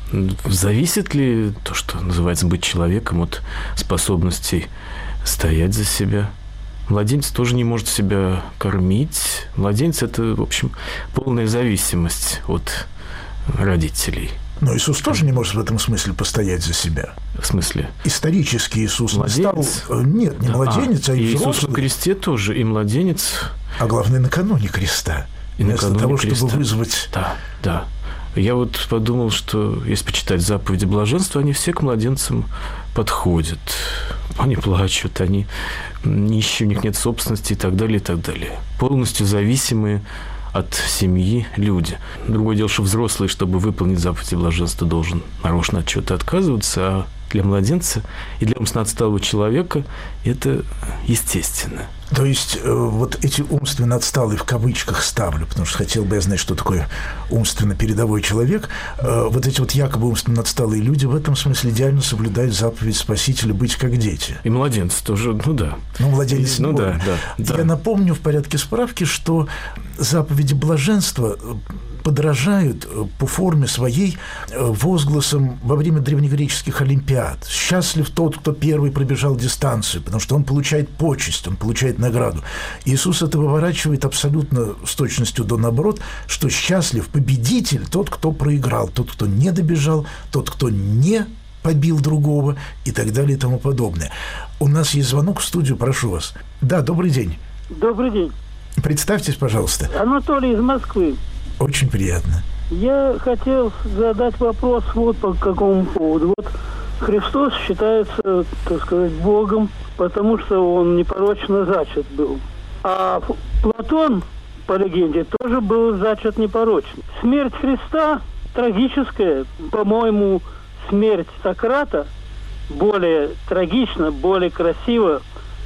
зависит ли то, что называется быть человеком, от способностей стоять за себя? Младенец тоже не может себя кормить. Младенец – это, в общем, полная зависимость от родителей. Но Иисус тоже не может в этом смысле постоять за себя. В смысле? Исторически Иисус младенец? стал... Нет, не младенец, а, а и взрослый. Иисус на кресте тоже, и младенец. А главное, накануне креста. И Вместо накануне того, креста. чтобы вызвать... Да, да. Я вот подумал, что если почитать заповеди блаженства, они все к младенцам подходят. Они плачут, они нищие, у них нет собственности и так далее, и так далее. Полностью зависимые от семьи люди. Другое дело, что взрослый, чтобы выполнить заповеди блаженства, должен нарочно от чего-то отказываться, а для младенца и для умственно отсталого человека это естественно. То есть э, вот эти умственно отсталые в кавычках ставлю, потому что хотел бы я знать, что такое умственно передовой человек. Э, вот эти вот якобы умственно отсталые люди в этом смысле идеально соблюдают заповедь Спасителя быть как дети. И младенцы тоже, ну да. Ну, младенец. Ну да, да, да. Я напомню в порядке справки, что заповеди блаженства подражают по форме своей возгласам во время древнегреческих олимпиад. «Счастлив тот, кто первый пробежал дистанцию», потому что он получает почесть, он получает награду. Иисус это выворачивает абсолютно с точностью до наоборот, что счастлив победитель тот, кто проиграл, тот, кто не добежал, тот, кто не побил другого и так далее и тому подобное. У нас есть звонок в студию, прошу вас. Да, добрый день. Добрый день. Представьтесь, пожалуйста. Анатолий из Москвы. Очень приятно. Я хотел задать вопрос вот по какому поводу. Вот Христос считается, так сказать, Богом, потому что он непорочно зачат был. А Платон, по легенде, тоже был зачат непорочно. Смерть Христа трагическая. По-моему, смерть Сократа более трагична, более красива.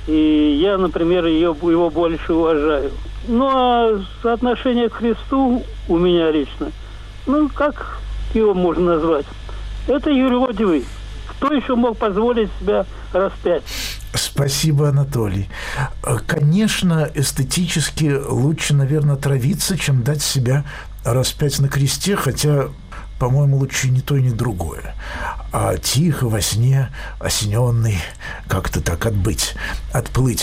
И я, например, ее, его больше уважаю. Ну, а соотношение к Христу у меня лично, ну, как его можно назвать? Это юродивый. Кто еще мог позволить себя распять? Спасибо, Анатолий. Конечно, эстетически лучше, наверное, травиться, чем дать себя распять на кресте, хотя, по-моему, лучше ни то, ни другое. А тихо, во сне, осененный, как-то так отбыть, отплыть.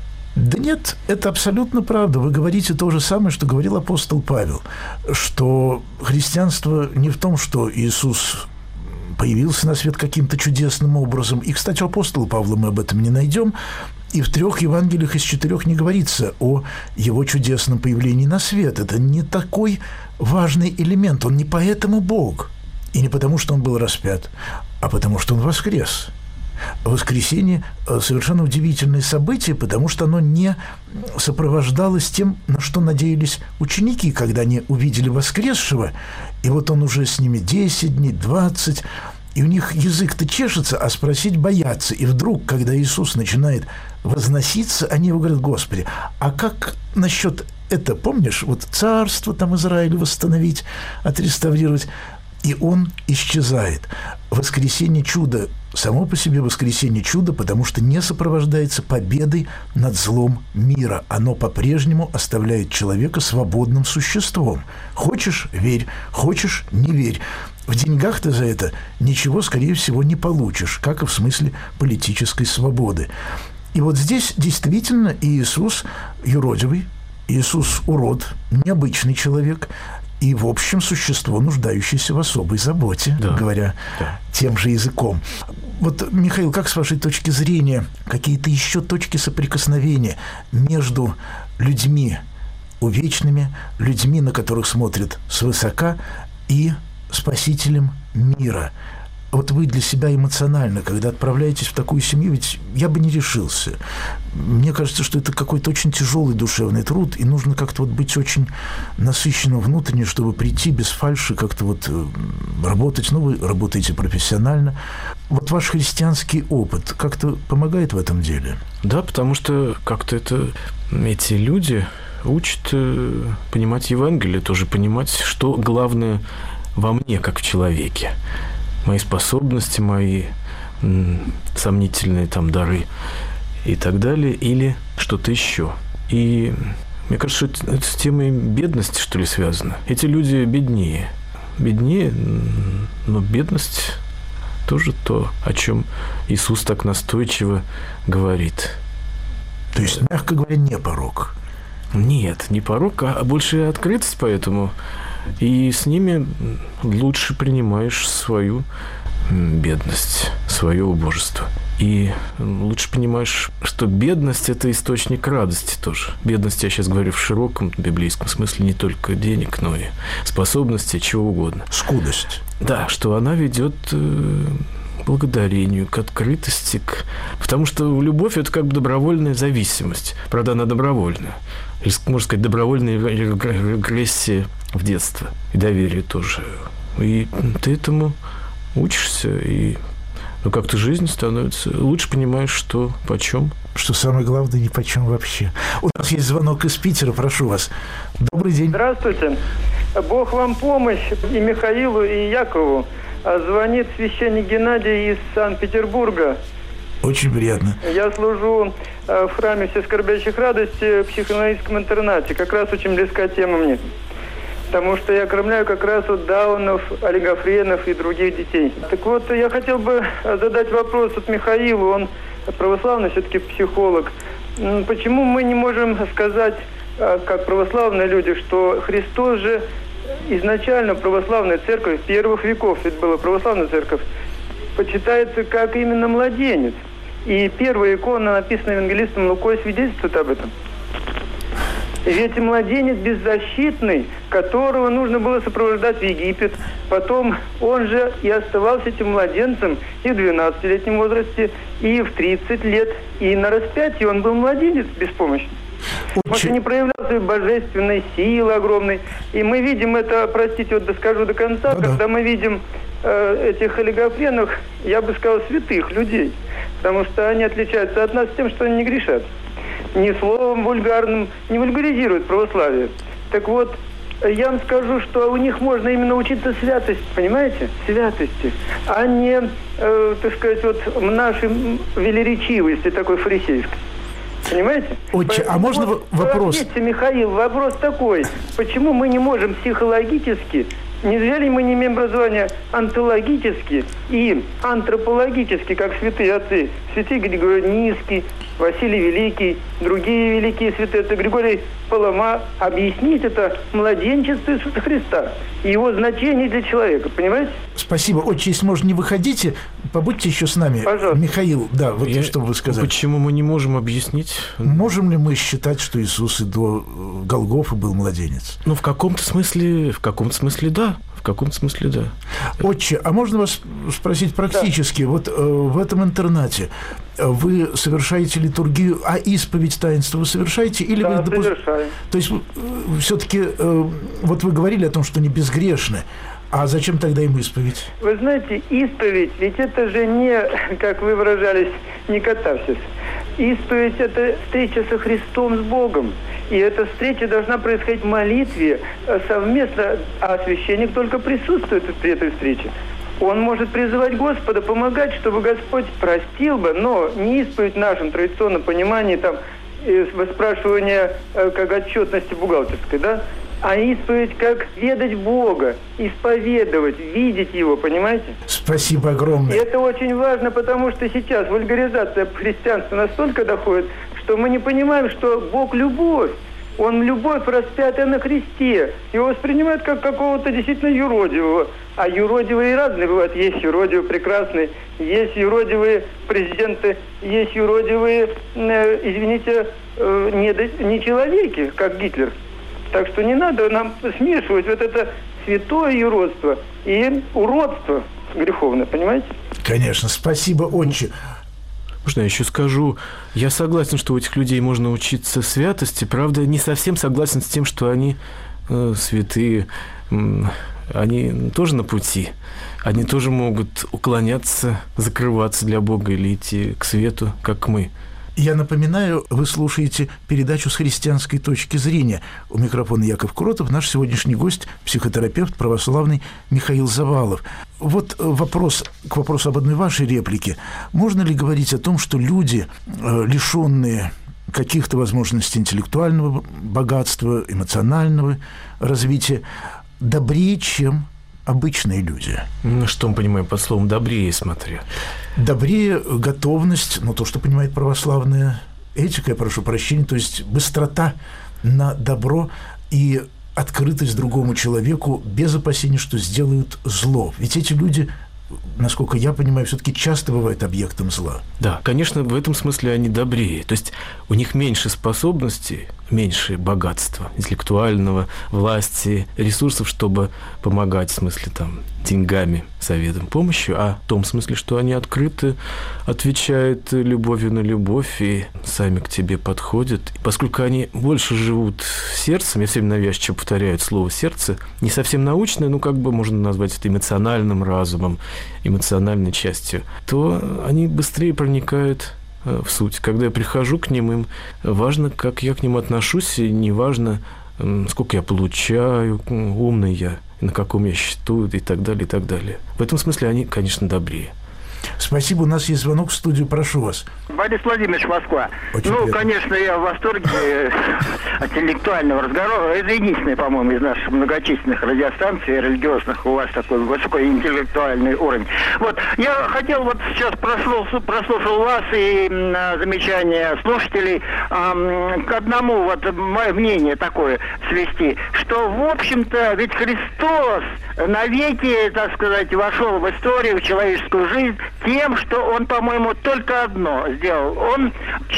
Да нет, это абсолютно правда. Вы говорите то же самое, что говорил апостол Павел, что христианство не в том, что Иисус появился на свет каким-то чудесным образом. И, кстати, у апостола Павла мы об этом не найдем. И в трех Евангелиях из четырех не говорится о его чудесном появлении на свет. Это не такой важный элемент. Он не поэтому Бог. И не потому, что он был распят, а потому, что он воскрес. Воскресение – совершенно удивительное событие, потому что оно не сопровождалось тем, на что надеялись ученики, когда они увидели воскресшего, и вот он уже с ними десять дней, двадцать, и у них язык-то чешется, а спросить боятся. И вдруг, когда Иисус начинает возноситься, они его говорят: «Господи, а как насчет это, помнишь, вот царство там Израиля восстановить, отреставрировать?» И он исчезает. Воскресение чудо, само по себе воскресение чудо, потому что не сопровождается победой над злом мира. Оно по-прежнему оставляет человека свободным существом. Хочешь – верь, хочешь – не верь. В деньгах ты за это ничего, скорее всего, не получишь, как и в смысле политической свободы. И вот здесь действительно Иисус юродивый, Иисус урод, необычный человек – и, в общем, существо, нуждающееся в особой заботе, да, говоря да. тем же языком. Вот, Михаил, как с вашей точки зрения, какие-то еще точки соприкосновения между людьми увечными, людьми, на которых смотрят свысока, и Спасителем мира? Вот вы для себя эмоционально, когда отправляетесь в такую семью, ведь я бы не решился. Мне кажется, что это какой-то очень тяжелый душевный труд, и нужно как-то вот быть очень насыщенным внутренне, чтобы прийти без фальши, как-то вот работать. Ну, вы работаете профессионально. Вот ваш христианский опыт как-то помогает в этом деле? Да, потому что как-то это эти люди учит э, понимать Евангелие, тоже понимать, что главное во мне, как в человеке. Мои способности, мои м, сомнительные там дары и так далее, или что-то еще. И мне кажется, это, это с темой бедности, что ли, связано. Эти люди беднее. Беднее, но бедность тоже то, о чем Иисус так настойчиво говорит. То есть, мягко говоря, не порок. Нет, не порок, а больше открытость поэтому. И с ними лучше принимаешь свою бедность, свое убожество. И лучше понимаешь, что бедность – это источник радости тоже. Бедность, я сейчас говорю в широком библейском смысле, не только денег, но и способностей, чего угодно. Скудость. Да, что она ведет к благодарению, к открытости. К... Потому что любовь – это как бы добровольная зависимость. Правда, она добровольная. Или, можно сказать, добровольная регрессия в детство. И доверие тоже. И ты этому учишься, и ну, как-то жизнь становится... Лучше понимаешь, что, почем. Что самое главное, ни почем вообще. У нас есть звонок из Питера, прошу вас. Добрый день. Здравствуйте. Бог вам помощь, и Михаилу, и Якову. Звонит священник Геннадий из Санкт-Петербурга. Очень приятно. Я служу в храме Всескорбящих радостей в психоаналитическом интернате. Как раз очень близка тема мне. Потому что я кормляю как раз вот даунов, олигофренов и других детей. Так вот, я хотел бы задать вопрос от Михаилу. Он православный все-таки психолог. Почему мы не можем сказать, как православные люди, что Христос же изначально православная церковь первых веков, это была православная церковь, почитается как именно младенец. И первая икона, написанная евангелистом Лукой, свидетельствует об этом. Ведь младенец беззащитный, которого нужно было сопровождать в Египет. Потом он же и оставался этим младенцем и в двенадцатилетнем возрасте, и в тридцать лет. И на распятии он был младенец беспомощный. Он не проявлял своей божественной силы огромной. И мы видим это, простите, вот доскажу до конца, да-да. Когда мы видим э, этих олигофренов, я бы сказал, святых людей. Потому что они отличаются от нас тем, что они не грешат. Ни словом вульгарным не вульгаризируют православие. Так вот, я вам скажу, что у них можно именно учиться святости, понимаете? Святости. А не, э, так сказать, вот нашей велеречивости такой фарисейской. Понимаете? Отче, а можно вот, вопрос? Простите, Михаил, вопрос такой. Почему мы не можем психологически, не зря ли мы не имеем образования онтологически и антропологически, как святые отцы, святый Григорий Низкий, Василий Великий, другие великие святые, это Григорий Палама, объяснить это младенчество Иисуса Христа и его значение для человека, понимаете? Спасибо. Отче, если можно, не выходите, побудьте еще с нами. Пожалуйста. Михаил, да, вот Я... что вы сказали. Почему мы не можем объяснить? Можем ли мы считать, что Иисус и до Голгофы был младенец? Ну, в каком-то смысле, в каком-то смысле, да. В каком-то смысле, да. Отче, а можно вас спросить практически? Да. Вот э, в этом интернате вы совершаете литургию, а исповедь таинства вы совершаете? Или да, вы допу... совершаем. То есть э, все-таки, э, вот вы говорили о том, что не безгрешны. А зачем тогда им исповедь? Вы знаете, исповедь, ведь это же не, как вы выражались, не катарсис. Исповедь – это встреча со Христом, с Богом. И эта встреча должна происходить в молитве совместно, а священник только присутствует при этой встрече. Он может призывать Господа, помогать, чтобы Господь простил бы, но не исповедь в нашем традиционном понимании, там, спрашивания как отчетности бухгалтерской, да? А исповедь как ведать Бога, исповедовать, видеть Его, понимаете? Спасибо огромное. И это очень важно, потому что сейчас вульгаризация христианства настолько доходит, что мы не понимаем, что Бог – любовь. Он любовь, распятая на кресте. Его воспринимают как какого-то действительно юродивого. А юродивые разные бывают. Есть юродивые прекрасные, есть юродивые президенты, есть юродивые, э, извините, э, не, не человеки, как Гитлер. Так что не надо нам смешивать вот это святое юродство и уродство греховное, понимаете? Конечно. Спасибо, отче. Можно я еще скажу? Я согласен, что у этих людей можно учиться святости. Правда, не совсем согласен с тем, что они э, святые. Они тоже на пути. Они тоже могут уклоняться, закрываться для Бога или идти к свету, как мы. Я напоминаю, вы слушаете передачу «С христианской точки зрения». У микрофона Яков Кротов, наш сегодняшний гость – психотерапевт православный Михаил Завалов. Вот вопрос к вопросу об одной вашей реплике. Можно ли говорить о том, что люди, лишенные каких-то возможностей интеллектуального богатства, эмоционального развития, добрее, чем обычные люди? Ну, что мы понимаем под словом «добрее», смотря? Добрее готовность, ну, то, что понимает православная этика, я прошу прощения, то есть быстрота на добро и открытость другому человеку без опасения, что сделают зло. Ведь эти люди, насколько я понимаю, все-таки часто бывают объектом зла. Да, конечно, в этом смысле они добрее. То есть у них меньше способностей, меньше богатства интеллектуального, власти, ресурсов, чтобы помогать, в смысле, там, деньгами, советом, помощью, а в том смысле, что они открыты, отвечают любовью на любовь и сами к тебе подходят. И поскольку они больше живут сердцем, я все время навязчиво повторяю слово «сердце», не совсем научное, ну, как бы можно назвать это эмоциональным разумом, эмоциональной частью, то они быстрее проникают в суть. Когда я прихожу к ним, им важно, как я к ним отношусь, и не важно, сколько я получаю, умный я, на каком я счету, и так далее, и так далее. В этом смысле они, конечно, добрее. Спасибо. У нас есть звонок в студию. Прошу вас. Борис Владимирович, Москва. Очень ну, приятно. Конечно, я в восторге от интеллектуального разговора. Это единственный, по-моему, из наших многочисленных радиостанций религиозных у вас такой высокий интеллектуальный уровень. Вот, я хотел вот сейчас прослушал, прослушал вас и м, замечания слушателей м, к одному, вот, мое мнение такое свести, что, в общем-то, ведь Христос навеки, так сказать, вошел в историю, в человеческую жизнь тем, что он, по-моему, только одно сделал. Он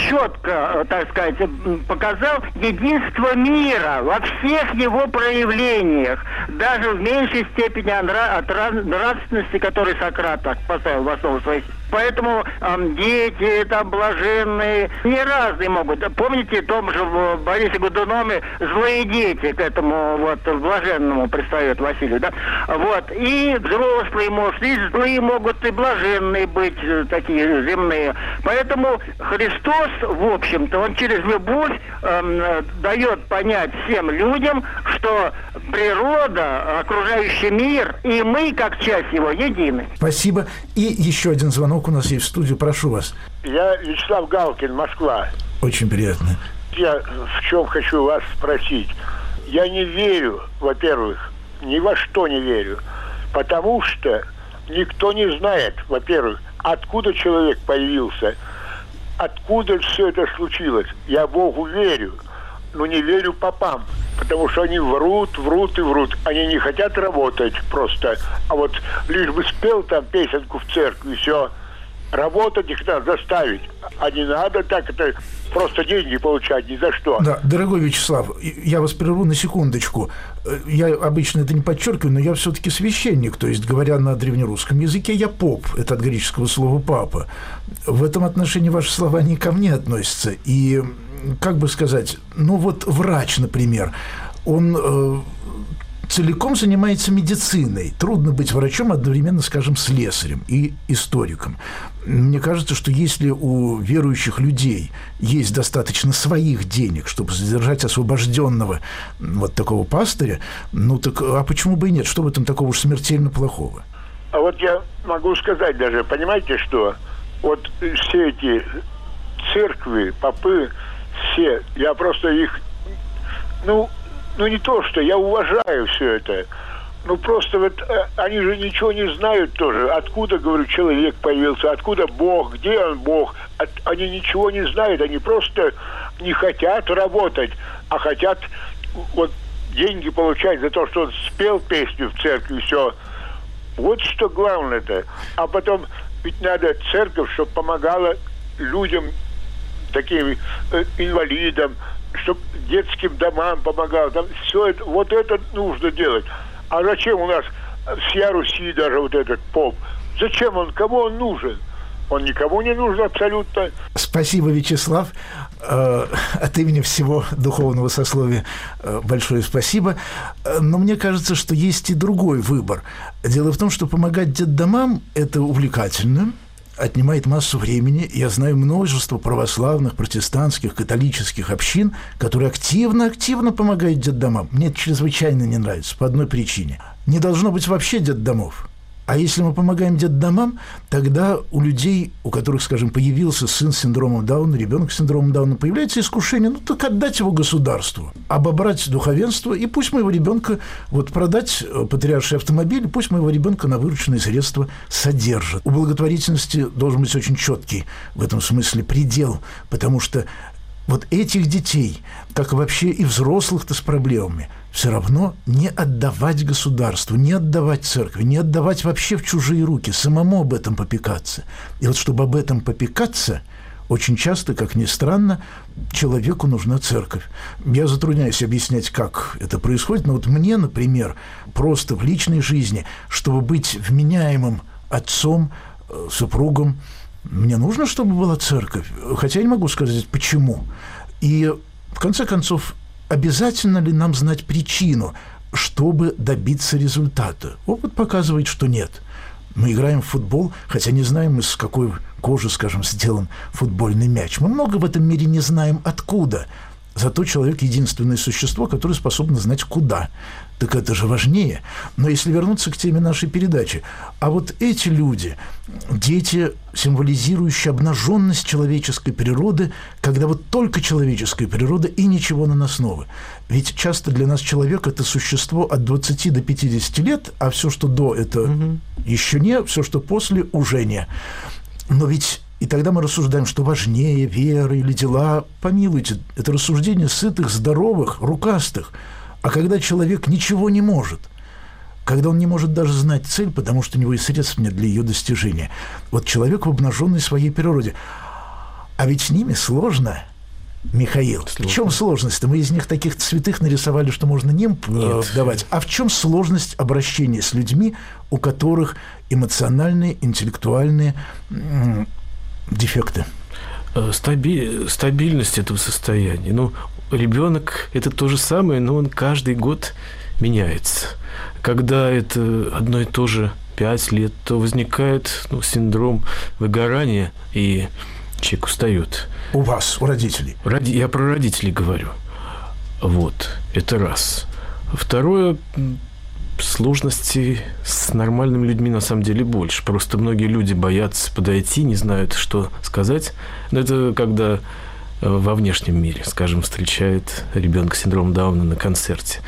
четко, так сказать, показал единство мира во всех его проявлениях, даже в меньшей степени от нравственности, который Сократ так поставил в основу своих. Поэтому э, дети, там, блаженные, не разные могут. Помните, в том же в Борисе Годунове злые дети к этому вот блаженному пристает Василию, да? Вот. И взрослые, может, и злые могут, и блаженные быть, такие земные. Поэтому Христос, в общем-то, он через любовь э, дает понять всем людям, что природа, окружающий мир, и мы, как часть его, едины. Спасибо. И еще один звонок у нас есть в студию. Прошу вас. Я Вячеслав Галкин, Москва. Очень приятно. Я в чем хочу вас спросить. Я не верю, во-первых, ни во что не верю, потому что никто не знает, во-первых, откуда человек появился, откуда все это случилось. Я Богу верю, но не верю попам, потому что они врут, врут и врут. Они не хотят работать просто, а вот лишь бы спел там песенку в церкви, все. Работать их надо заставить, а не надо так это просто деньги получать ни за что. Да, дорогой Вячеслав, я вас прерву на секундочку. Я обычно это не подчеркиваю, но я все-таки священник, то есть, говоря на древнерусском языке, я поп, это от греческого слова «папа». В этом отношении ваши слова не ко мне относятся. И, как бы сказать, ну вот врач, например, он э, целиком занимается медициной. Трудно быть врачом одновременно, скажем, слесарем и историком. Мне кажется, что если у верующих людей есть достаточно своих денег, чтобы содержать освобожденного вот такого пастыря, ну так а почему бы и нет? Что в этом такого уж смертельно плохого? А вот я могу сказать даже, понимаете, что вот все эти церкви, попы, все, я просто их, ну, ну не то, что я уважаю все это, ну просто вот они же ничего не знают тоже, откуда, говорю, человек появился, откуда Бог, где он Бог, От, они ничего не знают, они просто не хотят работать, а хотят вот деньги получать за то, что он спел песню в церкви, все. Вот что главное-то. А потом ведь надо церковь, чтобы помогала людям, таким э, инвалидам, чтобы детским домам помогала. Там все это, вот это нужно делать. А зачем у нас всея Руси даже вот этот поп? Зачем он? Кому он нужен? Он никому не нужен абсолютно. Спасибо, Вячеслав. От имени всего духовного сословия большое спасибо. Но мне кажется, что есть и другой выбор. Дело в том, что помогать детдомам – это увлекательно, отнимает массу времени. Я знаю множество православных, протестантских, католических общин, которые активно-активно помогают детдомам. Мне это чрезвычайно не нравится по одной причине. Не должно быть вообще детдомов. А если мы помогаем детдомам, тогда у людей, у которых, скажем, появился сын с синдромом Дауна, ребенок с синдромом Дауна, появляется искушение, ну так отдать его государству, обобрать духовенство, и пусть моего ребенка, вот продать патриарший автомобиль, пусть моего ребенка на вырученные средства содержат. У благотворительности должен быть очень четкий в этом смысле предел, потому что вот этих детей, как вообще и взрослых-то с проблемами, все равно не отдавать государству, не отдавать церкви, не отдавать вообще в чужие руки, самому об этом попекаться. И вот чтобы об этом попекаться, очень часто, как ни странно, человеку нужна церковь. Я затрудняюсь объяснять, как это происходит, но вот мне, например, просто в личной жизни, чтобы быть вменяемым отцом, супругом, мне нужно, чтобы была церковь, хотя я не могу сказать, почему. И, в конце концов, обязательно ли нам знать причину, чтобы добиться результата? Опыт показывает, что нет. Мы играем в футбол, хотя не знаем, из какой кожи, скажем, сделан футбольный мяч. Мы много в этом мире не знаем откуда. Зато человек – единственное существо, которое способно знать куда. Так это же важнее. Но если вернуться к теме нашей передачи, а вот эти люди, дети, символизирующие обнаженность человеческой природы, когда вот только человеческая природа и ничего наносного. Ведь часто для нас человек – это существо от двадцати до пятидесяти лет, а все, что до – это угу. еще не, все, что после – уже не. Но ведь и тогда мы рассуждаем, что важнее вера или дела. Помилуйте, это рассуждение сытых, здоровых, рукастых. А когда человек ничего не может, когда он не может даже знать цель, потому что у него и средств нет для ее достижения. Вот человек в обнаженной своей природе. А ведь с ними сложно, Михаил. Сложно. В чем сложность-то? Мы из них таких святых нарисовали, что можно нимб давать. А в чем сложность обращения с людьми, у которых эмоциональные, интеллектуальные дефекты? Стаби... Стабильность этого состояния. Ну, ребенок – это то же самое, но он каждый год меняется. Когда это одно и то же пять лет, то возникает ну, синдром выгорания, и человек устает. У вас, у родителей? Роди... Я про родителей говорю. Вот, это раз. Второе, сложностей с нормальными людьми на самом деле больше. Просто многие люди боятся подойти, не знают, что сказать. Но это когда во внешнем мире, скажем, встречает ребенка с синдромом Дауна на концерте.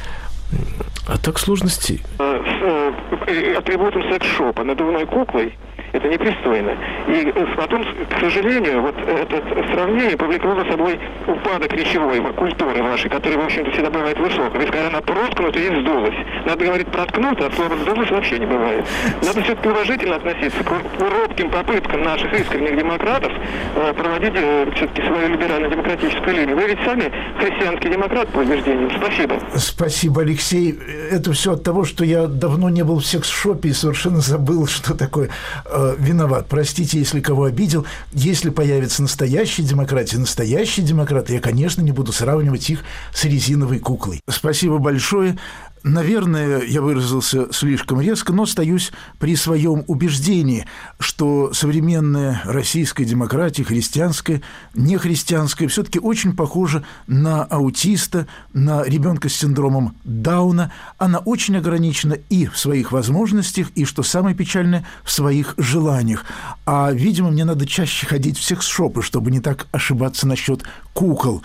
А так сложностей. Атрибутом секс-шопа, надувной куклой, это непристойно. И потом, к сожалению, вот это сравнение повлекло за собой упадок речевой культуры вашей, которая, в общем-то, всегда бывает высокой. Ведь когда она проткнута и вздулась. Надо говорить проткнута, а слово вздулась вообще не бывает. Надо все-таки уважительно относиться к робким попыткам наших искренних демократов проводить все-таки свою либерально-демократическую линию. Вы ведь сами христианский демократ по убеждениям. Спасибо. Спасибо, Алексей. Это все от того, что я давно не был в секс-шопе и совершенно забыл, что такое э, виноват. Простите, если кого обидел. Если появится настоящая демократия, настоящие демократы, я, конечно, не буду сравнивать их с резиновой куклой. Спасибо большое. Наверное, я выразился слишком резко, но остаюсь при своем убеждении, что современная российская демократия, христианская, нехристианская, все-таки очень похожа на аутиста, на ребенка с синдромом Дауна. Она очень ограничена и в своих возможностях, и, что самое печальное, в своих желаниях. А, видимо, мне надо чаще ходить в секс-шопы, чтобы не так ошибаться насчет кукол.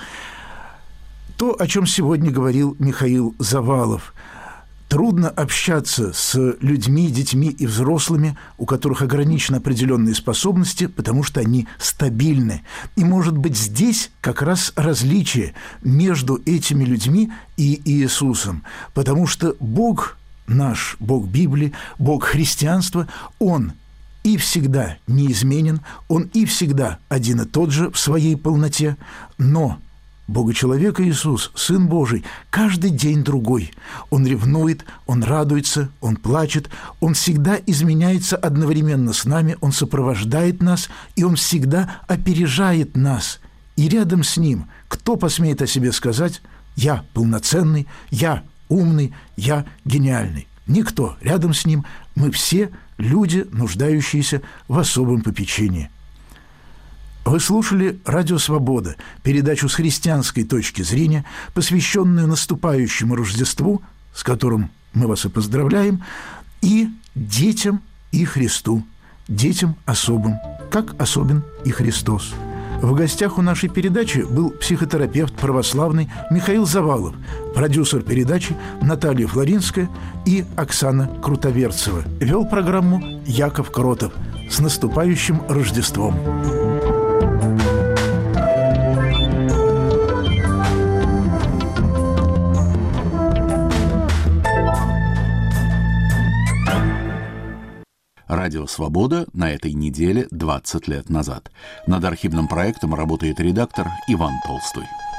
То, о чем сегодня говорил Михаил Завалов. Трудно общаться с людьми, детьми и взрослыми, у которых ограничены определенные способности, потому что они стабильны. И, может быть, здесь как раз различие между этими людьми и Иисусом. Потому что Бог наш, Бог Библии, Бог христианства, Он и всегда неизменен, Он и всегда один и тот же в своей полноте, но Бога-человек Иисус, Сын Божий, каждый день другой. Он ревнует, Он радуется, Он плачет, Он всегда изменяется одновременно с нами, Он сопровождает нас, и Он всегда опережает нас. И рядом с Ним кто посмеет о себе сказать: «Я полноценный, я умный, я гениальный»? никто рядом с ним. Мы все люди, нуждающиеся в особом попечении. Вы слушали «Радио Свобода», передачу с христианской точки зрения, посвященную наступающему Рождеству, с которым мы вас и поздравляем, и детям и Христу, детям особым, как особен и Христос. В гостях у нашей передачи был психотерапевт православный Михаил Завалов, продюсер передачи Наталья Флоринская и Оксана Крутоверцева. Вел программу Яков Кротов. С наступающим Рождеством! Радио «Свобода» на этой неделе двадцать лет назад. Над архивным проектом работает редактор Иван Толстой.